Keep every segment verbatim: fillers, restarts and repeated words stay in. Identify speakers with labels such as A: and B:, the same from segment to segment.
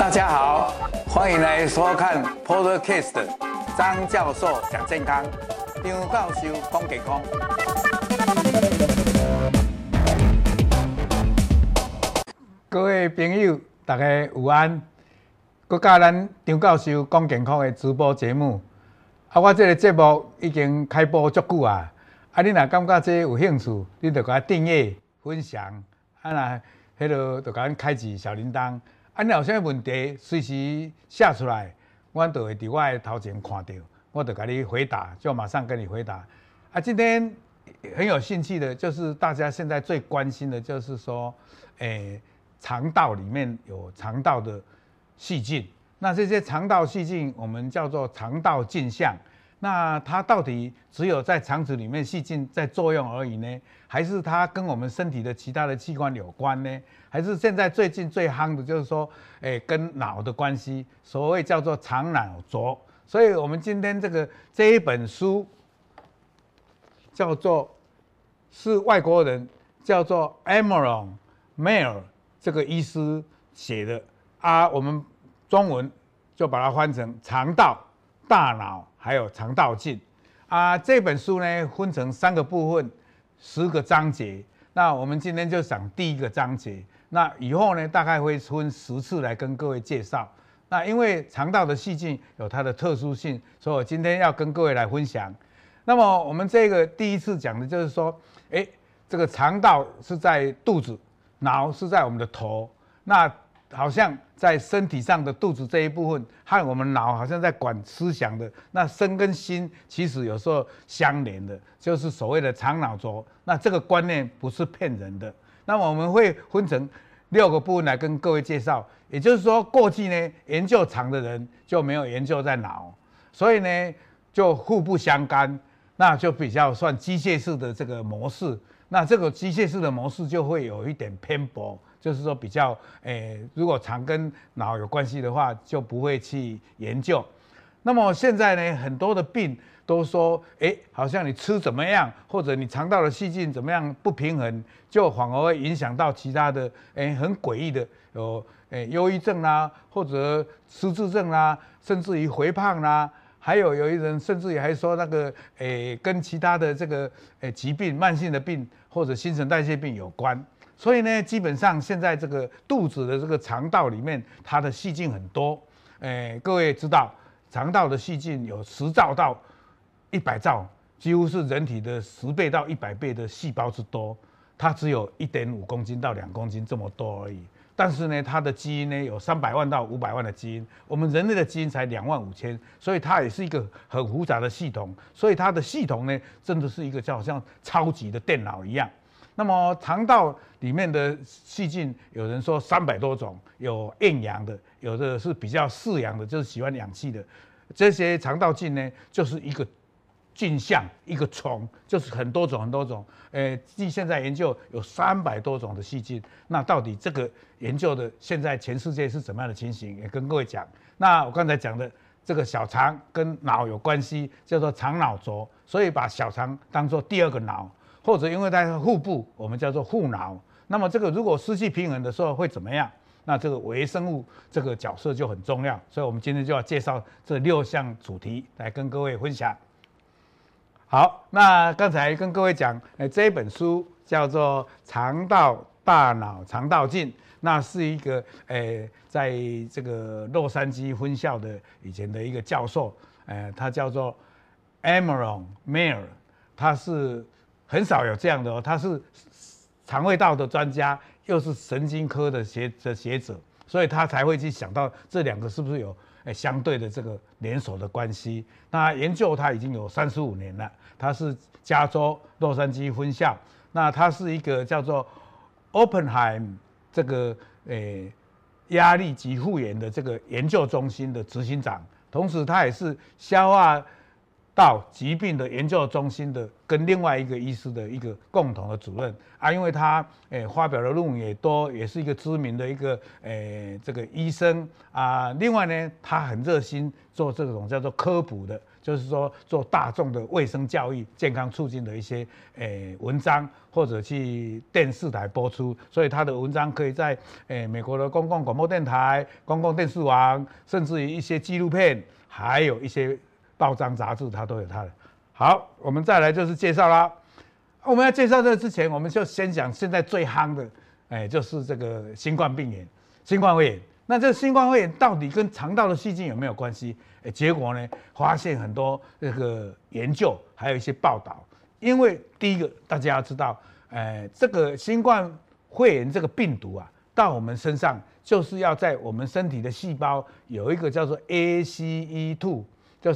A: 大家好，欢迎来收看 Podcast 张教授讲健康，张教授讲健康。各位朋友，大家午安！搁甲咱张教授讲健康的直播节目，啊，我这个节目已经开播足久啊，啊，你若感觉这有兴趣，你就甲订阅、分享，啊，那迄落就甲咱开启小铃铛。啊，你有啥问题，随时写出来，我就会伫我的头前看到，我就给你回答，就马上跟你回答。啊，今天很有兴趣的，就是大家现在最关心的，就是说，诶、欸，肠道里面有肠道的细菌，那这些肠道细菌我们叫做肠道菌相。那它到底只有在肠子里面细菌在作用而已呢，还是它跟我们身体的其他的器官有关呢？还是现在最近最夯的就是说，诶、欸，跟脑的关系，所谓叫做肠脑轴。所以我们今天这个这一本书叫做是外国人叫做 Emerald Mayer 这个医师写的啊，我们中文就把它翻成肠道、大脑还有肠道菌啊。这本书呢分成三个部分，十个章节。那我们今天就讲第一个章节。那以后呢，大概会分十次来跟各位介绍。那因为肠道的细菌有它的特殊性，所以我今天要跟各位来分享。那么我们这个第一次讲的就是说，哎，这个肠道是在肚子，脑是在我们的头。那好像在身体上的肚子这一部分，和我们脑好像在管思想的。那身跟心其实有时候相连的，就是所谓的肠脑轴。那这个观念不是骗人的。那么我们会分成六个部分来跟各位介绍，也就是说，过去呢研究肠的人就没有研究在脑，所以呢就互不相干，那就比较算机械式的这个模式。那这个机械式的模式就会有一点偏颇，就是说比较，诶，如果肠跟脑有关系的话，就不会去研究。那么现在呢，很多的病都说，哎，好像你吃怎么样，或者你肠道的细菌怎么样不平衡，就反而会影响到其他的，哎，很诡异的，有，哎，忧郁症啦，或者失智症啦，甚至于肥胖啦，还有有一人甚至于还说那个，哎，跟其他的这个，哎，疾病、慢性的病或者新陈代谢病有关。所以呢，基本上现在这个肚子的这个肠道里面，它的细菌很多，哎，各位知道。肠道的细菌有十兆到一百兆，几乎是人体的十倍到一百倍的细胞之多。它只有一点五公斤到两公斤这么多而已。但是呢，它的基因呢有三百万到五百万的基因，我们人类的基因才两万五千，所以它也是一个很复杂的系统。所以它的系统呢，真的是一个就好像超级的电脑一样。那么肠道里面的细菌，有人说三百多种，有厌氧的，有的是比较嗜氧的，就是喜欢氧气的。这些肠道菌呢，就是一个菌相，一个虫，就是很多种很多种。呃，据现在研究有三百多种的细菌。那到底这个研究的现在全世界是怎么样的情形，也跟各位讲。那我刚才讲的这个小肠跟脑有关系，叫做肠脑轴，所以把小肠当作第二个脑。或者因为它腹部，我们叫做腹脑。那么这个如果失去平衡的时候会怎么样？那这个微生物这个角色就很重要。所以我们今天就要介绍这六项主题来跟各位分享。好，那刚才跟各位讲，呃，这一本书叫做《肠道、大脑、肠道菌》，那是一个呃，在这个洛杉矶分校的以前的一个教授，呃，他叫做 Emerald Mayer， 他是。很少有这样的哦，他是肠胃道的专家，又是神经科的学的学者，所以他才会去想到这两个是不是有诶相对的这个连锁的关系。那研究他已经有三十五年了，他是加州洛杉矶分校，那他是一个叫做 Oppenheim 这个诶压力及复原的这个研究中心的执行长，同时他也是消化道疾病的研究中心的跟另外一个医师的一个共同的主任啊，因为他诶发表的论文也多，也是一个知名的一个诶这个医生啊。另外呢，他很热心做这种叫做科普的， 就是说做大众的卫生教育、健康促进的一些诶、呃、文章，或者去电视台播出。所以他的文章可以在诶、呃、美国的公共广播电台、公共电视网，甚至于一些纪录片，还有一些报章杂志，它都有它的。好，我们再来就是介绍啦。我们要介绍这个之前，我们就先讲现在最夯的，哎，就是这个新冠病炎、新冠肺炎。那这个新冠肺炎到底跟肠道的细菌有没有关系？诶，结果呢，发现很多这个研究，还有一些报道。因为第一个，大家要知道，呃，这个新冠肺炎这个病毒啊，到我们身上就是要在我们身体的细胞有一个叫做 A C E 二， 就是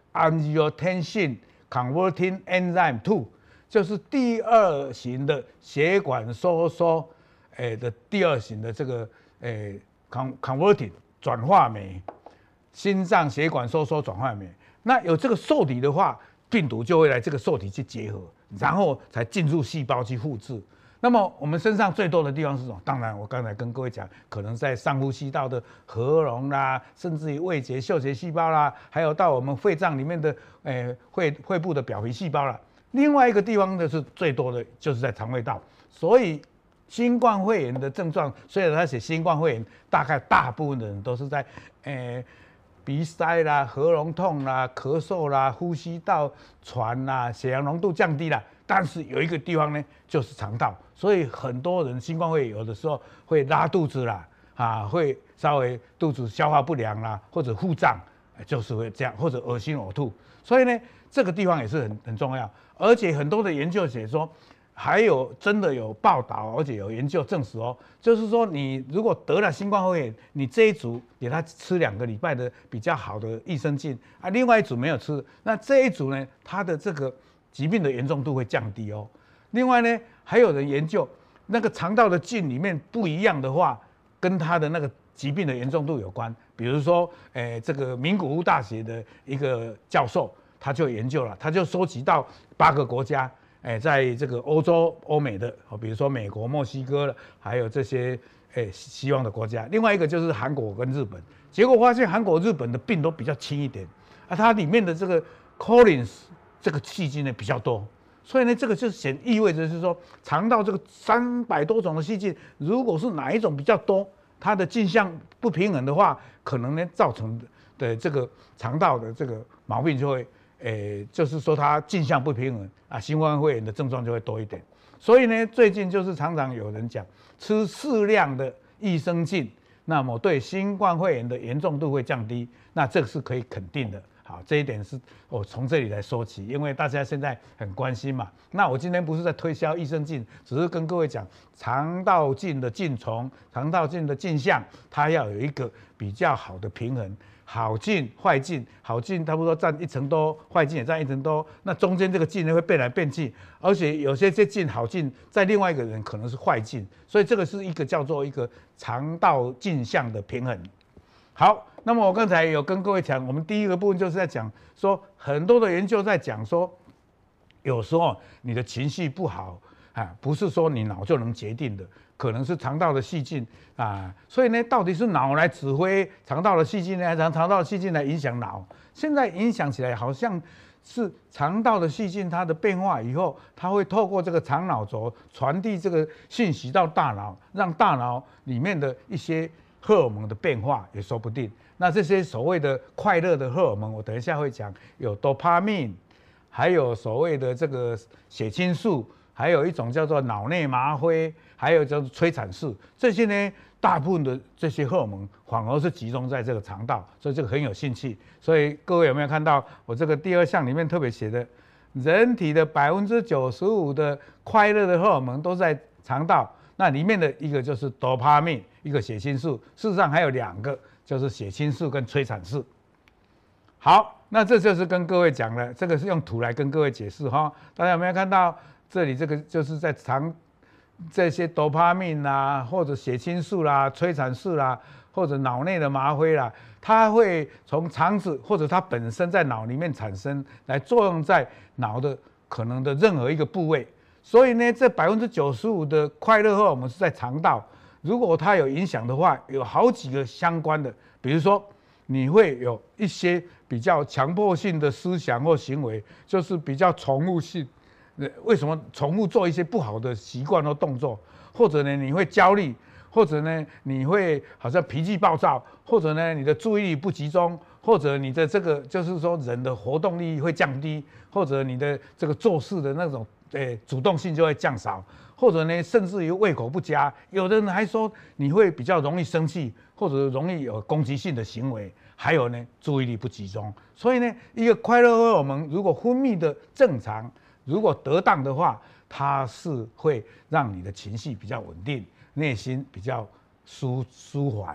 A: Angiotensin Converting Enzyme 二， 就是第二型的血管收缩，诶的第二型的这个诶。converting 转化酶，心脏血管收缩转化酶。那有这个受体的话，病毒就会来这个受体去结合，然后才进入细胞去复制。那么我们身上最多的地方是什么？当然，我刚才跟各位讲，可能在上呼吸道的核溶啦，甚至于味觉、嗅觉细胞啦，还有到我们肺脏里面的诶肺肺部的表皮细胞啦。另外一个地方呢是最多的，就是在肠胃道。所以新冠肺炎的症状，虽然他写新冠肺炎，大概大部分的人都是在，呃，鼻塞啦、喉咙痛啦、咳嗽啦、呼吸道喘啦、血氧浓度降低啦。但是有一个地方呢，就是肠道，所以很多人新冠肺炎有的时候会拉肚子啦，啊，会稍微肚子消化不良啦，或者腹胀，就是会这样，或者恶心呕吐。所以呢，这个地方也是很很重要，而且很多的研究写说。还有真的有报道，而且有研究证实哦，就是说你如果得了新冠肺炎，你这一组给他吃两个礼拜的比较好的益生菌啊，另外一组没有吃，那这一组呢，它的这个疾病的严重度会降低哦。另外呢，还有人研究那个肠道的菌里面不一样的话，跟它的那个疾病的严重度有关。比如说，诶，这个名古屋大学的一个教授，他就研究了，他就收集到八个国家。哎，在这个欧洲、欧美的，比如说美国、墨西哥了，还有这些哎西方的国家。另外一个就是韩国跟日本，结果发现韩国、日本的病都比较轻一点，啊，它里面的这个 Collins 这个细菌呢比较多，所以呢，这个就显意味着是说，肠道这个三百多种的细菌，如果是哪一种比较多，它的镜像不平衡的话，可能呢造成的这个肠道的这个毛病就会。诶，就是说它镜像不平衡啊，新冠肺炎的症状就会多一点。所以呢，最近就是常常有人讲，吃适量的益生菌，那么对新冠肺炎的严重度会降低，那这个是可以肯定的。好，这一点是我从这里来说起，因为大家现在很关心嘛。那我今天不是在推销益生菌，只是跟各位讲，肠道菌的菌丛、肠道菌的镜像，它要有一个比较好的平衡。好菌、坏菌，好菌差不多占一成多，坏菌也占一成多。那中间这个菌呢会变来变去，而且有些这菌好菌在另外一个人可能是坏菌，所以这个是一个叫做一个肠道镜像的平衡。好，那么我刚才有跟各位讲，我们第一个部分就是在讲说，很多的研究在讲说，有时候你的情绪不好啊，不是说你脑就能决定的。可能是肠道的细菌啊，所以呢，到底是脑来指挥肠道的细菌呢，还是肠道的细菌来影响脑？现在影响起来好像是肠道的细菌它的变化以后，它会透过这个肠脑轴传递这个信息到大脑，让大脑里面的一些荷尔蒙的变化也说不定。那这些所谓的快乐的荷尔蒙，我等一下会讲，有多巴胺，还有所谓的这个血清素。还有一种叫做脑内吗啡，还有叫做催产素，这些呢，大部分的这些荷尔蒙反而是集中在这个肠道，所以这个很有兴趣。所以各位有没有看到我这个第二项里面特别写的，人体的百分之九十五的快乐的荷尔蒙都在肠道，那里面的一个就是多巴胺，一个血清素，事实上还有两个，就是血清素跟催产素。好，那这就是跟各位讲了，这个是用图来跟各位解释哈，大家有没有看到？这里这个就是在肠这些多巴胺啦，或者血清素啦、催产素啦，或者脑内的吗啡啦，它会从肠子或者它本身在脑里面产生，来作用在脑的可能的任何一个部位。所以呢，这百分之九十五的快乐荷尔蒙是在肠道，如果它有影响的话，有好几个相关的，比如说你会有一些比较强迫性的思想或行为，就是比较重复性。为什么重复做一些不好的习惯或动作？或者呢，你会焦虑，或者呢，你会好像脾气暴躁，或者呢，你的注意力不集中，或者你的这个就是说人的活动力会降低，或者你的这个做事的那种诶主动性就会降少，或者呢，甚至于胃口不佳。有的人还说你会比较容易生气，或者容易有攻击性的行为。还有呢，注意力不集中。所以呢，一个快乐荷尔蒙如果分泌的正常，如果得当的话，它是会让你的情绪比较稳定，内心比较舒舒缓。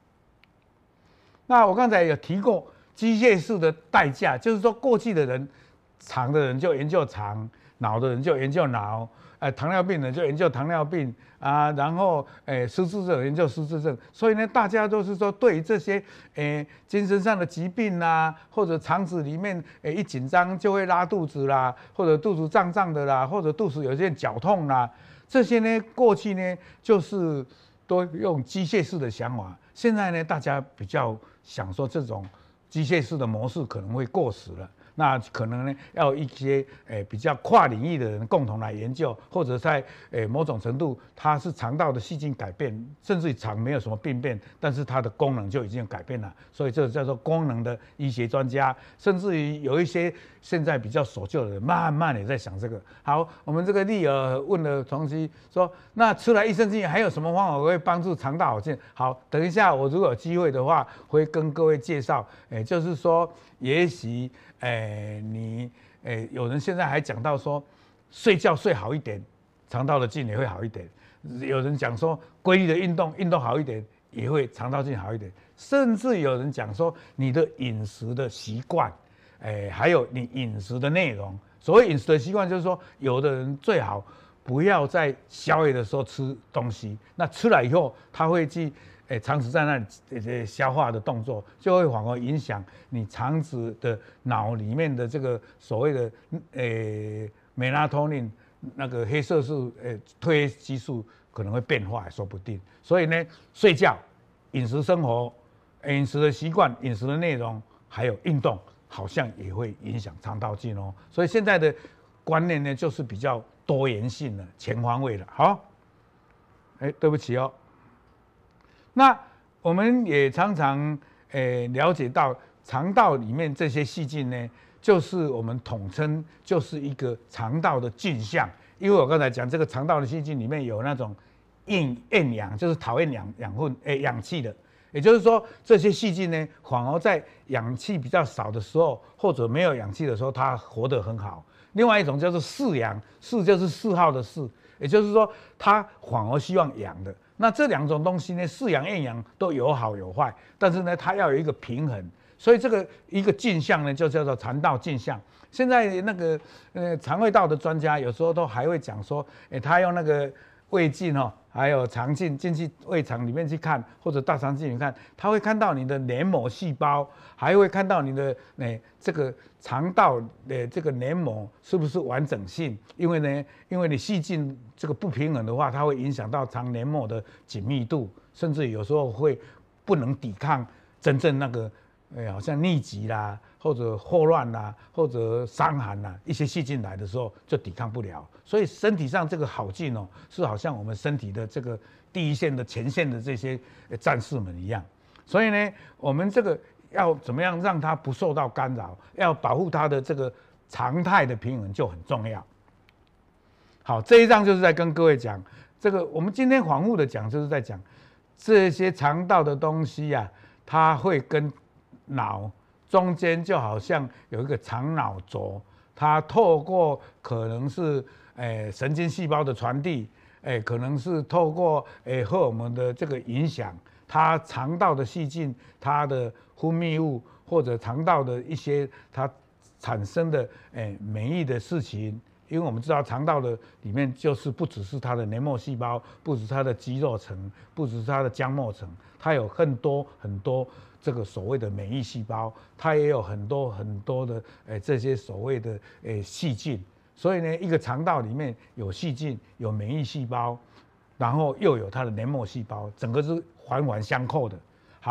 A: 那我刚才有提过机械式的代价，就是说过去的人，肠的人就研究肠，脑的人就研究脑。呃，糖尿病人就研究糖尿病啊，然后诶，失智症研究失智症，所以呢，大家都是说对于这些诶精神上的疾病啦，或者肠子里面诶一紧张就会拉肚子啦，或者肚子胀胀的啦，或者肚子有些绞痛啦，这些呢，过去呢就是都用机械式的想法，现在呢，大家比较想说这种机械式的模式可能会过时了。那可能呢，要一些诶比较跨领域的人共同来研究，或者在诶某种程度，它是肠道的细菌改变，甚至于肠没有什么病变，但是它的功能就已经改变了，所以这叫做功能的医学专家，甚至于有一些现在比较守旧的人，慢慢也在想这个。好，我们这个丽儿问了同学说，那吃了益生菌还有什么方法会帮助肠道好健？好，等一下我如果有机会的话，会跟各位介绍，诶，就是说，也许。诶，你诶，有人现在还讲到说，睡觉睡好一点，肠道的菌也会好一点。有人讲说，规律的运动，运动好一点，也会肠道菌好一点。甚至有人讲说，你的饮食的习惯，诶，还有你饮食的内容。所谓饮食的习惯，就是说，有的人最好不要在宵夜的时候吃东西，那吃了以后，他会去。诶，肠子在那里呃消化的动作，就会反而影响你肠子的脑里面的这个所谓的诶美拉托宁那个黑色素诶褪黑激素可能会变化，也说不定。所以呢，睡觉、饮食生活、饮食的习惯、饮食的内容，还有运动，好像也会影响肠道菌哦。所以现在的观念呢，就是比较多元性的、全方位的。好，哎，对不起哦。那我们也常常诶了解到，肠道里面这些细菌呢，就是我们统称就是一个肠道的菌相。因为我刚才讲这个肠道的细菌里面有那种厌厌氧，就是讨厌氧养分诶氧气的，也就是说这些细菌呢，反而在氧气比较少的时候，或者没有氧气的时候，它活得很好。另外一种叫做嗜氧，嗜就是嗜好的嗜，也就是说它反而希望氧的。那这两种东西呢，嗜氧厌氧都有好有坏，但是呢，它要有一个平衡，所以这个一个镜像呢，就叫做肠道镜像。现在那个呃肠胃道的专家有时候都还会讲说，哎，他用那个胃镜哦，还有肠镜进去胃肠里面去看，或者大肠镜里看，他会看到你的黏膜细胞，还会看到你的诶这个肠道的这个黏膜是不是完整性？因为呢，因为你细菌这个不平衡的话，它会影响到肠黏膜的紧密度，甚至有时候会不能抵抗真正那个。哎，好像痢疾啦，或者霍乱啦，或者伤寒啦，一些细菌来的时候就抵抗不了。所以身体上这个好菌哦，是好像我们身体的这个第一线的前线的这些战士们一样。所以呢，我们这个要怎么样让它不受到干扰，要保护它的这个常态的平衡就很重要。好，这一章就是在跟各位讲这个，我们今天反复的讲，就是在讲这些肠道的东西啊，它会跟脑中间就好像有一个肠脑轴，它透过可能是诶神经细胞的传递，诶可能是透过诶荷尔蒙的这个影响，它肠道的细菌、它的分泌物或者肠道的一些它产生的诶免疫的事情。因为我们知道肠道的里面就是不只是它的黏膜细胞，不只是它的肌肉层，不只是它的浆膜层，它有很多很多这个所谓的免疫细胞，它也有很多很多的诶这些所谓的诶细菌。所以呢，一个肠道里面有细菌，有免疫细胞，然后又有它的黏膜细胞，整个是环环相扣的。好，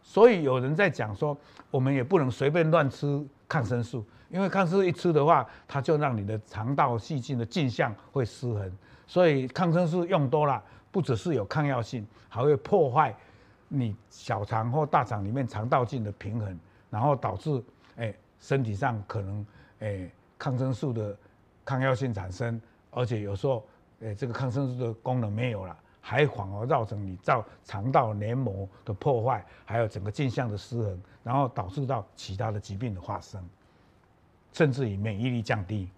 A: 所以有人在讲说，我们也不能随便乱吃抗生素，因为抗生素一吃的话，它就让你的肠道细菌的镜像会失衡。所以抗生素用多了，不只是有抗药性，还会破坏你小肠或大肠里面肠道菌的平衡，然后导致哎、欸、身体上可能哎、欸、抗生素的抗药性产生，而且有时候哎、欸、这个抗生素的功能没有了，还反而造成你造肠道黏膜的破坏，还有整个镜像的失衡，然后导致到其他的疾病的发生，甚至于免疫力降低。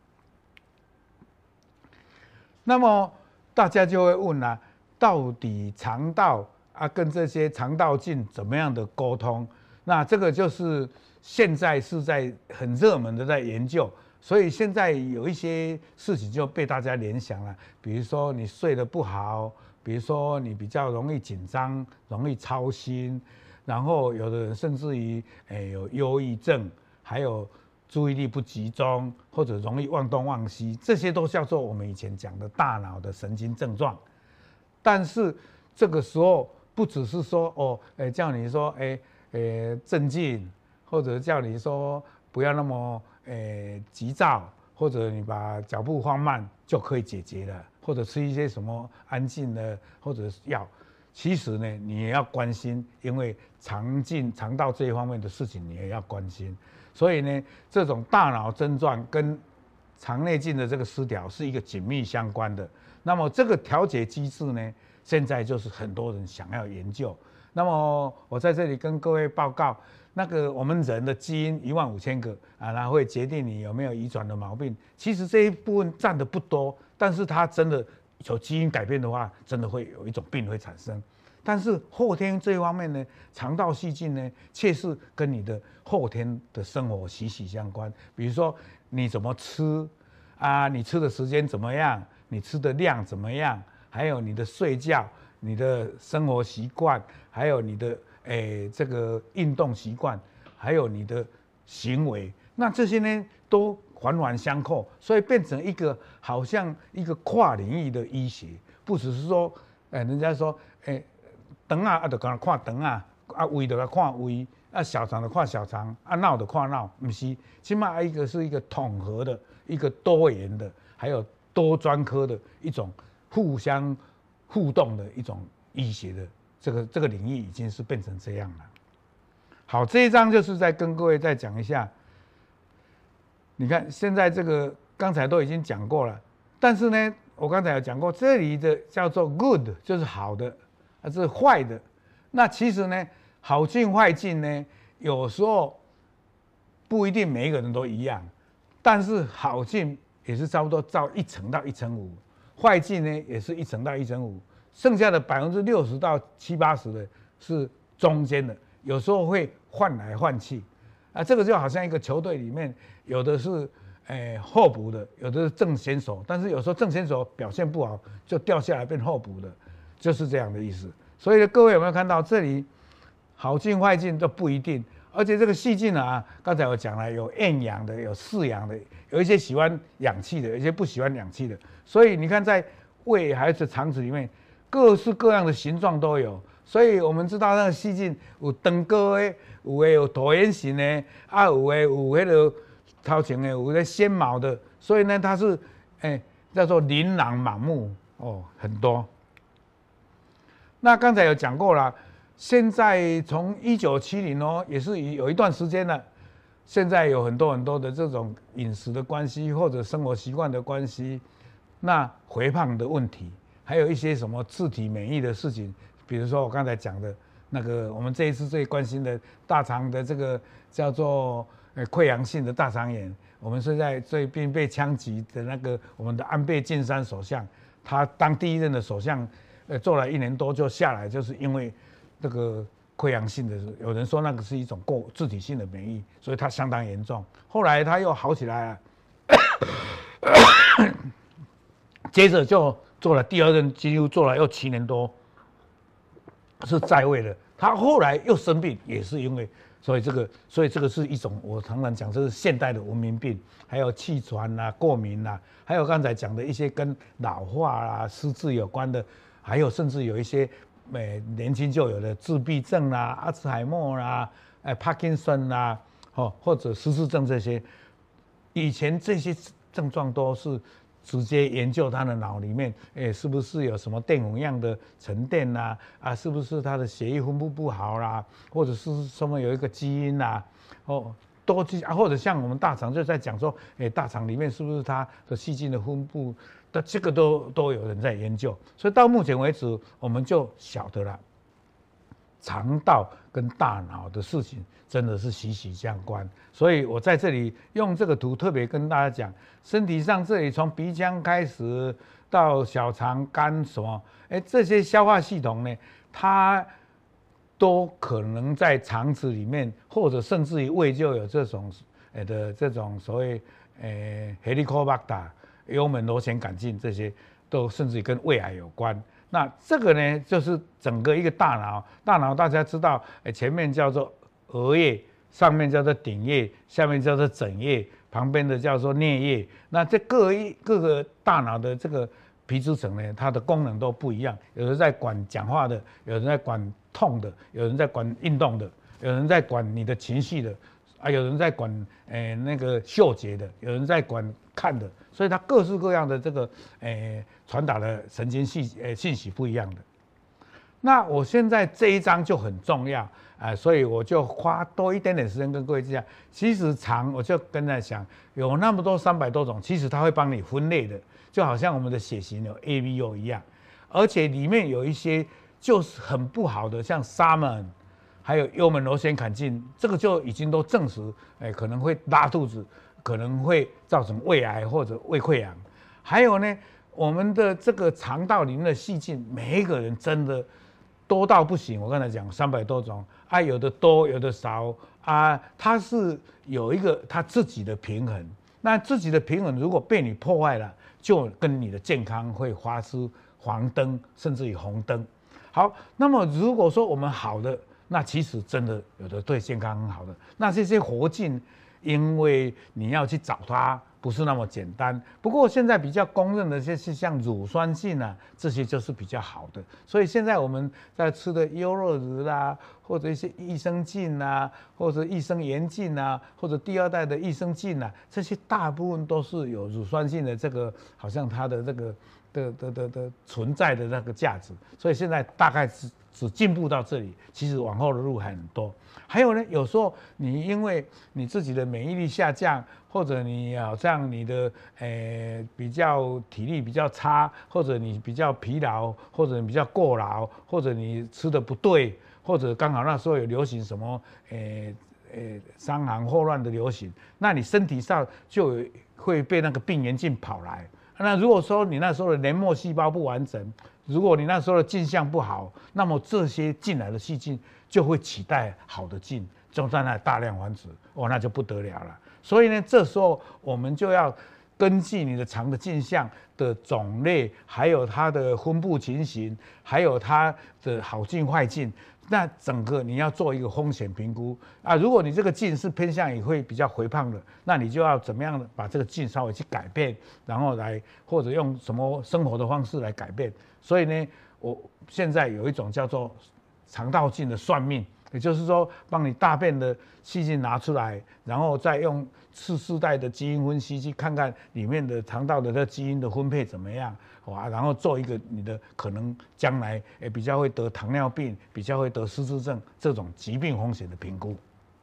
A: 那么大家就会问啦、啊，到底肠道啊跟这些肠道菌怎么样的沟通？那这个就是现在是在很热门的在研究，所以现在有一些事情就被大家联想了，比如说你睡得不好，比如说你比较容易紧张、容易操心，然后有的人甚至于诶有忧郁症，还有注意力不集中，或者容易忘东忘西，这些都叫做我们以前讲的大脑的神经症状。但是这个时候不只是说哦，诶叫你说诶诶镇静，或者叫你说不要那么诶急躁，或者你把脚步放慢就可以解决了，或者吃一些什么安静的或者药。其实呢，你也要关心，因为肠镜、肠道这一方面的事情你也要关心。所以呢，这种大脑症状跟肠内镜的这个失调是一个紧密相关的。那么这个调节机制呢，现在就是很多人想要研究。那么我在这里跟各位报告，那个我们人的基因一万五千个啊，然后会决定你有没有遗传的毛病。其实这一部分占的不多，但是它真的有基因改变的话，真的会有一种病会产生。但是后天这一方面呢，肠道细菌呢，却是跟你的后天的生活息息相关。比如说你怎么吃啊，你吃的时间怎么样，你吃的量怎么样，还有你的睡觉、你的生活习惯，还有你的诶这个运动习惯，还有你的行为，那这些呢都环环相扣，所以变成一个好像一个跨领域的医学，不只是说，诶人家说诶。肠啊，啊，就讲看肠啊，啊胃就来看胃，啊小肠就看小肠，啊脑就看脑，不是，起码一个是一个统合的、一个多元的，还有多专科的一种互相互动的一种医学的这个这个领域，已经是变成这样了。好，这一章就是在跟各位再讲一下，你看现在这个刚才都已经讲过了，但是呢，我刚才有讲过，这里的叫做 good 就是好的。它是坏的，那其实呢，好菌坏菌呢，有时候不一定每一个人都一样，但是好菌也是差不多照一成到一成五，坏菌呢也是一成到一成五，剩下的百分之六十到七八十的是中间的，有时候会换来换去，啊，这个就好像一个球队里面有的是诶候补的，有的是正选手，但是有时候正选手表现不好，就掉下来变候补的。就是这样的意思，所以各位有没有看到这里好菌坏菌都不一定，而且这个细菌啊，刚才我讲了，有厌氧的，有嗜氧的，有一些喜欢氧气的，有一些不喜欢氧气的，所以你看在胃还是肠子里面，各式各样的形状都有。所以我们知道那个细菌有长高的，有的有椭圆形的，啊有的有那个头前的，有的纤毛的，所以呢它是哎、欸、叫做琳琅满目哦，很多。那刚才有讲过了，现在从一九七零哦，也是有一段时间了。现在有很多很多的这种饮食的关系，或者生活习惯的关系，那肥胖的问题，还有一些什么自体免疫的事情，比如说我刚才讲的那个，我们这一次最关心的大肠的这个叫做呃溃疡性的大肠炎，我们现在最近被枪击的那个我们的安倍晋三首相，他当第一任的首相。呃，做了一年多就下来，就是因为这个溃疡性的，有人说那个是一种过自体性的免疫，所以它相当严重。后来他又好起来了，接着就做了第二任，几乎做了又七年多，是在位的。他后来又生病，也是因为，所以这个，所以这个是一种我常常讲，这是现代的文明病，还有气喘啊、过敏啊，还有刚才讲的一些跟老化啊、失智有关的。还有甚至有一些诶年轻就有的自闭症啦、阿兹海默啦、诶帕金森啦，哦或者失智症这些，以前这些症状都是直接研究他的脑里面，诶是不是有什么淀粉样的沉淀啦，啊是不是他的血液分布不好啦，或者是什么有一个基因啦，哦。多去啊，或者像我们大肠就在讲说，诶，大肠里面是不是它的细菌的分布的这个都都有人在研究，所以到目前为止我们就晓得了，肠道跟大脑的事情真的是息息相关。所以我在这里用这个图特别跟大家讲，身体上这里从鼻腔开始到小肠、肝什么，哎，这些消化系统呢，它都可能在肠子里面，或者甚至于胃就有这种呃的这种所谓呃 Helicobacter 幽门螺旋杆菌，这些都甚至于跟胃癌有关。那这个呢，就是整个一个大脑，大脑大家知道，呃前面叫做额叶，上面叫做顶叶，下面叫做枕叶，旁边的叫做颞叶。那这各一各个大脑的这个皮质层呢，它的功能都不一样，有人在管讲话的，有人在管痛的，有人在管运动的，有人在管你的情绪的，啊，有人在管诶、呃、那个嗅觉的，有人在管看的，所以它各式各样的这个诶传达的神经信诶信息不一样的。那我现在这一章就很重要啊、呃，所以我就花多一点点时间跟各位讲。其实肠我就跟大家讲，有那么多三百多种，其实它会帮你分类的，就好像我们的血型有 A、B、O 一样，而且里面有一些就是很不好的，像沙门，还有幽门螺旋杆菌，这个就已经都证实，哎，可能会拉肚子，可能会造成胃癌或者胃溃疡。还有呢，我们的这个肠道里面的细菌，每一个人真的多到不行。我刚才讲三百多种啊，有的多，有的少啊，它是有一个它自己的平衡。那自己的平衡如果被你破坏了，就跟你的健康会发出黄灯，甚至于红灯。好，那么如果说我们好的，那其实真的有的对健康很好的，那这些活菌，因为你要去找它不是那么简单。不过现在比较公认的就是像乳酸菌啊，这些就是比较好的。所以现在我们在吃的优酪乳啦，或者一些益生菌啊，或者益生元菌啊，或者第二代的益生菌啊，这些大部分都是有乳酸菌的这个，好像它的这个。的的的的存在的那个价值，所以现在大概只只进步到这里，其实往后的路还很多。还有呢，有时候你因为你自己的免疫力下降，或者你好像你的呃比较体力比较差，或者你比较疲劳，或者你比较过劳，或者你吃的不对，或者刚好那时候有流行什么呃呃伤寒霍乱的流行，那你身体上就会被那个病原菌跑来。那如果说你那时候的黏膜细胞不完整，如果你那时候的镜像不好，那么这些进来的细菌就会取代好的菌，就在那大量繁殖，哦，那就不得了了。所以呢，这时候我们就要根据你的肠的镜像的种类，还有它的分布情形，还有它的好菌坏菌。那整个你要做一个风险评估啊，如果你这个菌是偏向于会比较肥胖的，那你就要怎么样把这个菌稍微去改变，然后来或者用什么生活的方式来改变。所以呢，我现在有一种叫做肠道菌的算命，也就是说帮你大便的细菌拿出来，然后再用次世代的基因分析去看看里面的肠道的这基因的分配怎么样。哇，然后做一个你的可能将来诶比较会得糖尿病、比较会得失智症这种疾病风险的评估。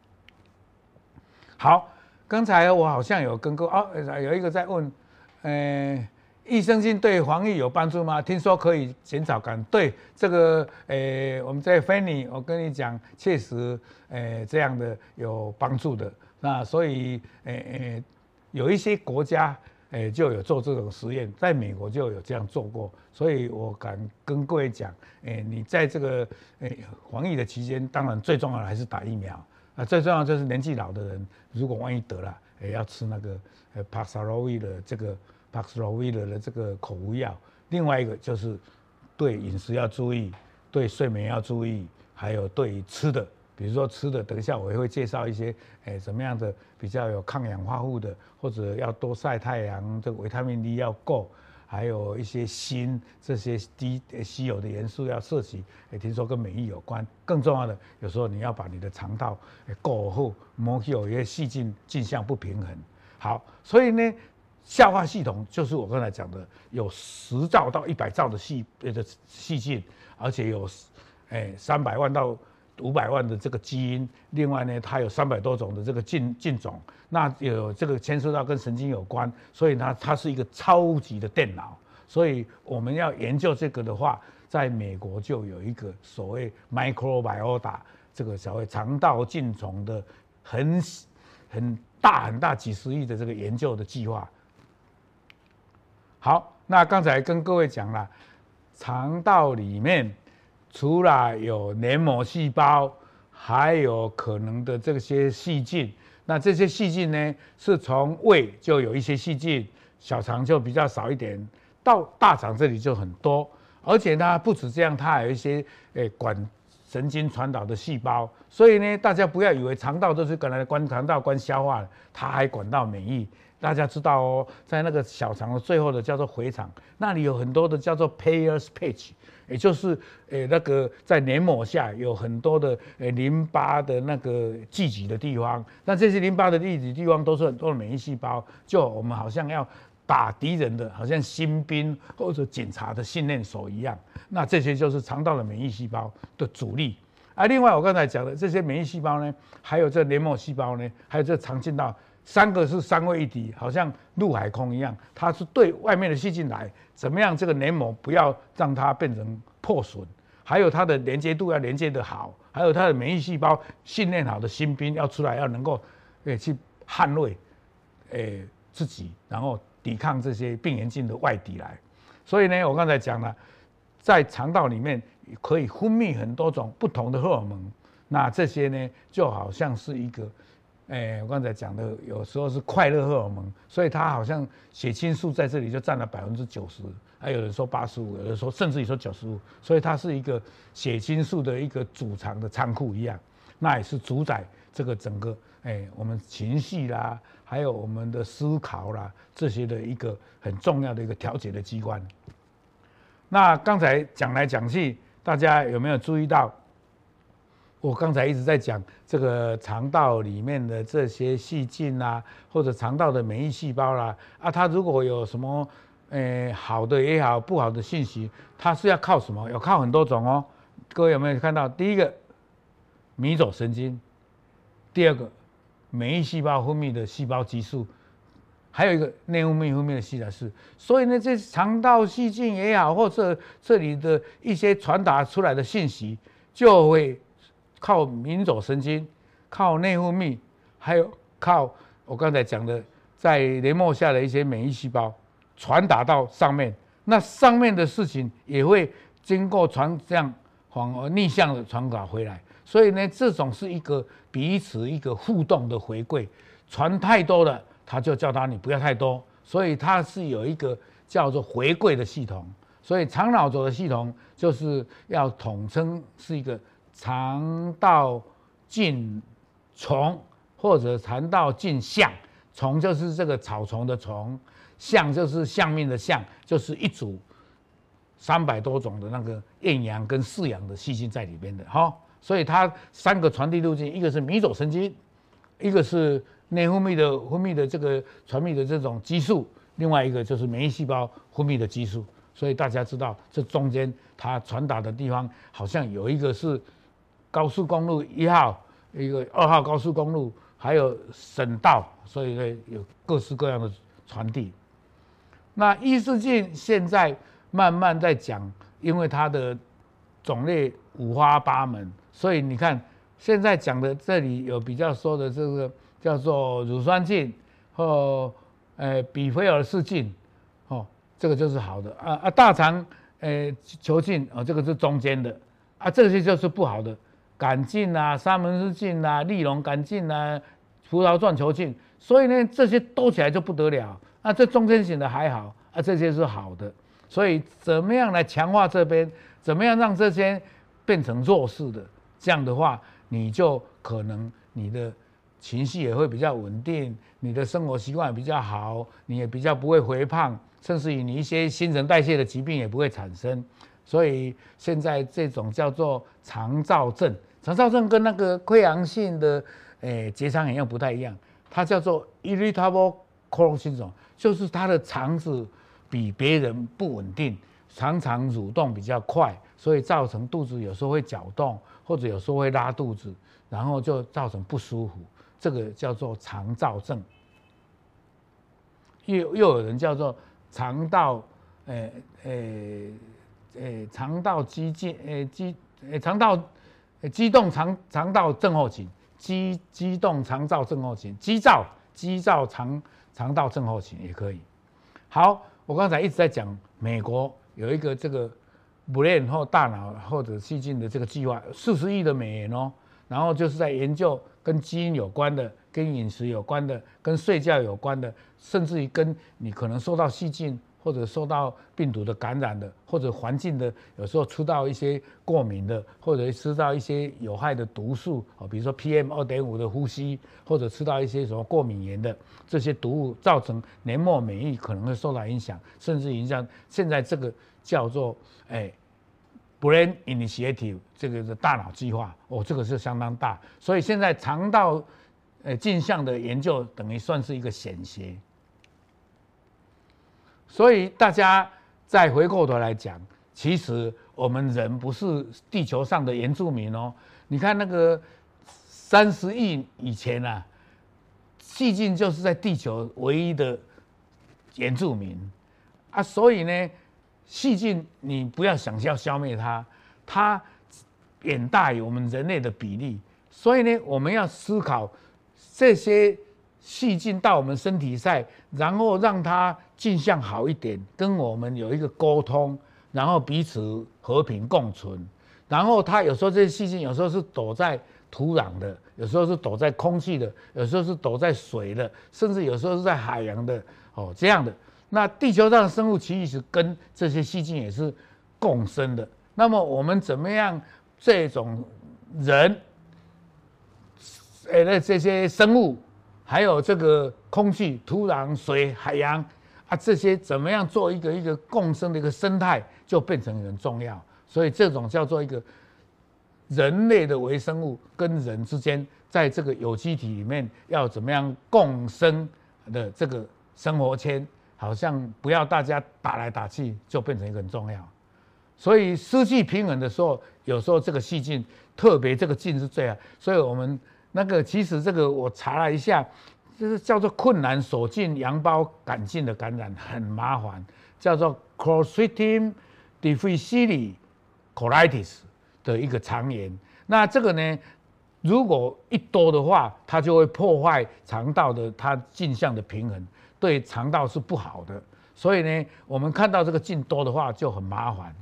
A: 好，刚才我好像有跟过哦，有一个在问，呃，益生菌对防疫有帮助吗？听说可以减少感染。对，这个呃，我们在 Fanny， 我跟你讲，确实呃这样的有帮助的。那所以呃呃，有一些国家。诶，就有做这种实验，在美国就有这样做过，所以我敢跟各位讲，诶，你在这个诶防疫的期间，当然最重要的还是打疫苗啊，最重要就是年纪老的人，如果万一得了，也要吃那个呃 Paxlovid 的这个 Paxlovid 的这个口服药。另外一个就是对饮食要注意，对睡眠要注意，还有对吃的。比如说吃的，等一下我也会介绍一些，诶，什么样的比较有抗氧化物的，或者要多晒太阳，这个维他命 D 要够还有一些锌这些低稀有的元素要摄取，也听说跟免疫有关。更重要的，有时候你要把你的肠道过后，莫有一些细菌镜像不平衡。好，所以呢，消化系统就是我刚才讲的，有十兆到一百兆的细的细菌，而且有诶三百万到五百万的这个基因，另外呢，它有三百多种的这个菌菌种，那有这个牵涉到跟神经有关，所以呢，它是一个超级的电脑。所以我们要研究这个的话，在美国就有一个所谓 microbiota 这个所谓肠道菌丛的很很大很大几十亿的这个研究的计划。好，那刚才跟各位讲了，肠道里面除了有黏膜细胞，还有可能的这些细菌。那这些细菌呢，是从胃就有一些细菌，小肠就比较少一点，到大肠这里就很多。而且呢，不止这样，它还有一些诶管神经传导的细胞。所以呢，大家不要以为肠道都是本来关肠道关消化，它还管到免疫。大家知道哦，在那个小肠的最后的叫做回肠，那里有很多的叫做 Peyer's patch， 也就是诶那个在黏膜下有很多的诶淋巴的那个聚集的地方。那这些淋巴的聚集地方都是很多的免疫细胞，就我们好像要打敌人的，好像新兵或者警察的训练所一样。那这些就是肠道的免疫细胞的主力。啊，另外我刚才讲的这些免疫细胞呢，还有这黏膜细胞呢，还有这肠镜道。三个是三位一体，好像陆海空一样，它是对外面的细菌来，怎么样这个黏膜不要让它变成破损，还有它的连接度要连接得好，还有它的免疫细胞训练好的新兵要出来，要能够诶去捍卫诶自己，然后抵抗这些病原菌的外敌来。所以呢，我刚才讲了，在肠道里面可以分泌很多种不同的荷尔蒙，那这些呢就好像是一个。哎，我刚才讲的，有时候是快乐荷尔蒙，所以它好像血清素在这里就占了百分之九十，还有人说八十五，有人说甚至于说九十五，所以它是一个血清素的一个储藏的仓库一样，那也是主宰这个整个哎我们情绪啦，还有我们的思考啦这些的一个很重要的一个调节的机关。那刚才讲来讲去，大家有没有注意到？我刚才一直在讲这个肠道里面的这些细菌啦，或者肠道的免疫细胞啦，啊，它如果有什么，呃，好的也好，不好的信息，它是要靠什么？要靠很多种哦。各位有没有看到？第一个，迷走神经；第二个，免疫细胞分泌的细胞激素；还有一个内分泌分泌的西来素。所以呢，这肠道细菌也好，或者这里的一些传达出来的信息，就会。靠迷走神经，靠内分泌，还有靠我刚才讲的，在黏膜下的一些免疫细胞传达到上面，那上面的事情也会经过传这样反而逆向的传导回来。所以呢，这种是一个彼此一个互动的回馈，传太多了，他就叫他你不要太多，所以它是有一个叫做回馈的系统。所以肠脑轴的系统就是要统称是一个。肠道菌丛或者肠道菌相，丛就是这个草丛的丛，相就是相命的相，就是一组三百多种的那个厌氧跟饲养的细菌在里边的哈。所以它三个传递路径，一个是迷走神经，一个是内分泌的分泌的这个传泌的这种激素，另外一个就是免疫细胞分泌的激素。所以大家知道，这中间它传达的地方好像有一个是。高速公路一号，一个二号高速公路，还有省道，所以呢有各式各样的传递。那益生菌现在慢慢在讲，因为它的种类五花八门，所以你看现在讲的这里有比较说的这个叫做乳酸菌或呃比菲尔氏菌，哦，这个就是好的啊啊大肠呃球菌哦，这个是中间的啊，这些就是不好的。杆菌啊、沙门氏菌啊、利龙杆菌啊、葡萄状球菌，所以呢，这些多起来就不得了。啊，这中间型的还好啊，这些是好的。所以怎么样来强化这边？怎么样让这些变成弱势的？这样的话，你就可能你的情绪也会比较稳定，你的生活习惯也比较好，你也比较不会肥胖，甚至于你一些新陈代谢的疾病也不会产生。所以现在这种叫做肠燥症，肠燥症跟那个溃疡性的诶结肠炎又不太一样，它叫做 irritable colon syndrome， 就是它的肠子比别人不稳定，常常蠕动比较快，所以造成肚子有时候会搅动，或者有时候会拉肚子，然后就造成不舒服，这个叫做肠燥症。又又有人叫做肠道，呃呃呃肠道激进，呃激呃肠道激动肠肠道症候群，激激动肠道症候群，激躁激躁肠肠道症候群也可以。好，我刚才一直在讲美国有一个这个 brain 或大脑或者细菌的这个计划，四十亿的美元哦，然后就是在研究跟基因有关的、跟饮食有关的、跟睡觉有关的，甚至于跟你可能受到细菌或者受到病毒的感染的，或者环境的有时候吃到一些过敏的，或者吃到一些有害的毒素，比如说 P M 二点五 的呼吸，或者吃到一些什么过敏源的这些毒物，造成黏膜免疫可能会受到影响，甚至影响现在这个叫做哎。Brain Initiative 这个是大脑计划哦，这个是相当大，所以现在肠道呃镜像的研究等于算是一个显学。所以大家再回过头来讲，其实我们人不是地球上的原住民哦。你看那个三十亿以前啊，细菌就是在地球唯一的原住民啊，所以呢。细菌，你不要想要消灭它，它远大于我们人类的比例，所以呢，我们要思考这些细菌到我们身体上，然后让它镜像好一点，跟我们有一个沟通，然后彼此和平共存。然后它有时候这些细菌有时候是躲在土壤的，有时候是躲在空气的，有时候是躲在水的，甚至有时候是在海洋的哦，这样的。那地球上的生物其实跟这些细菌也是共生的。那么我们怎么样这种人，呃，这些生物，还有这个空气、土壤、水、海洋啊，这些怎么样做一个一个共生的一个生态，就变成很重要。所以这种叫做一个人类的微生物跟人之间，在这个有机体里面要怎么样共生的这个生活圈。好像不要大家打来打去，就变成一个很重要。所以失去平衡的时候，有时候这个细菌，特别这个菌是最好。所以我们那个其实这个我查了一下，就是叫做困难锁菌阳胞杆菌的感染很麻烦，叫做 Clostridium difficile colitis 的一个肠炎。那这个呢，如果一多的话，它就会破坏肠道的它镜像的平衡。对肠道是不好的，所以呢，我们看到这个菌多的话就很麻烦。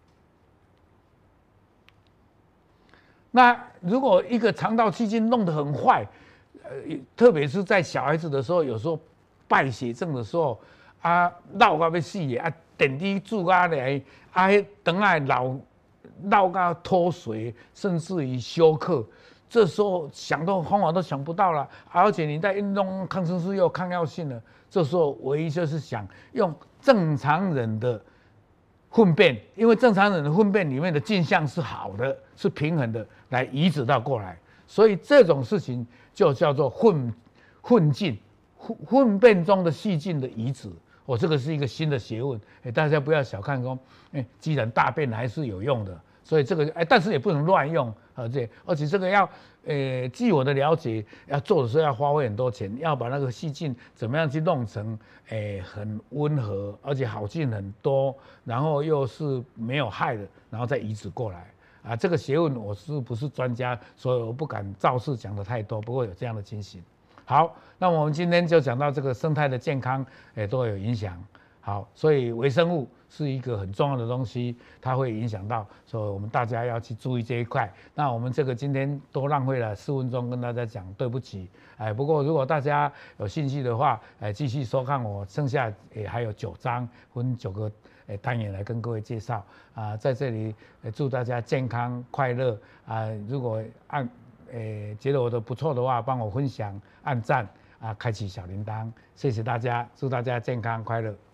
A: 那如果一个肠道细菌弄得很坏，呃，特别是在小孩子的时候，有时候败血症的时候啊，闹到要死的啊，电滴注啊来啊，等下老闹到脱水，甚至于休克。这时候想到方法都想不到了，而且你在运动抗生素又抗药性了，这时候唯一就是想用正常人的粪便，因为正常人的粪便里面的镜像是好的，是平衡的，来移植到过来，所以这种事情就叫做混混菌，粪粪便中的细菌的移植。哦，这个是一个新的学问，哎，大家不要小看说，哎，既然大便还是有用的。所以这个哎，但是也不能乱用啊，这而且这个要，呃，据我的了解，要做的时候要花费很多钱，要把那个细菌怎么样去弄成，哎，很温和，而且好菌很多，然后又是没有害的，然后再移植过来啊。这个学问我是不是专家，所以我不敢造次讲的太多，不过有这样的情形。好，那我们今天就讲到这个生态的健康，哎，都有影响。好，所以微生物是一个很重要的东西，它会影响到，所以我们大家要去注意这一块。那我们这个今天多浪费了四分钟跟大家讲，对不起。哎，不过如果大家有兴趣的话，哎，继续收看我剩下也还有九章，分九个哎单元来跟各位介绍啊。在这里祝大家健康快乐啊！如果按诶觉得我的不错的话，帮我分享、按赞啊，开启小铃铛，谢谢大家，祝大家健康快乐。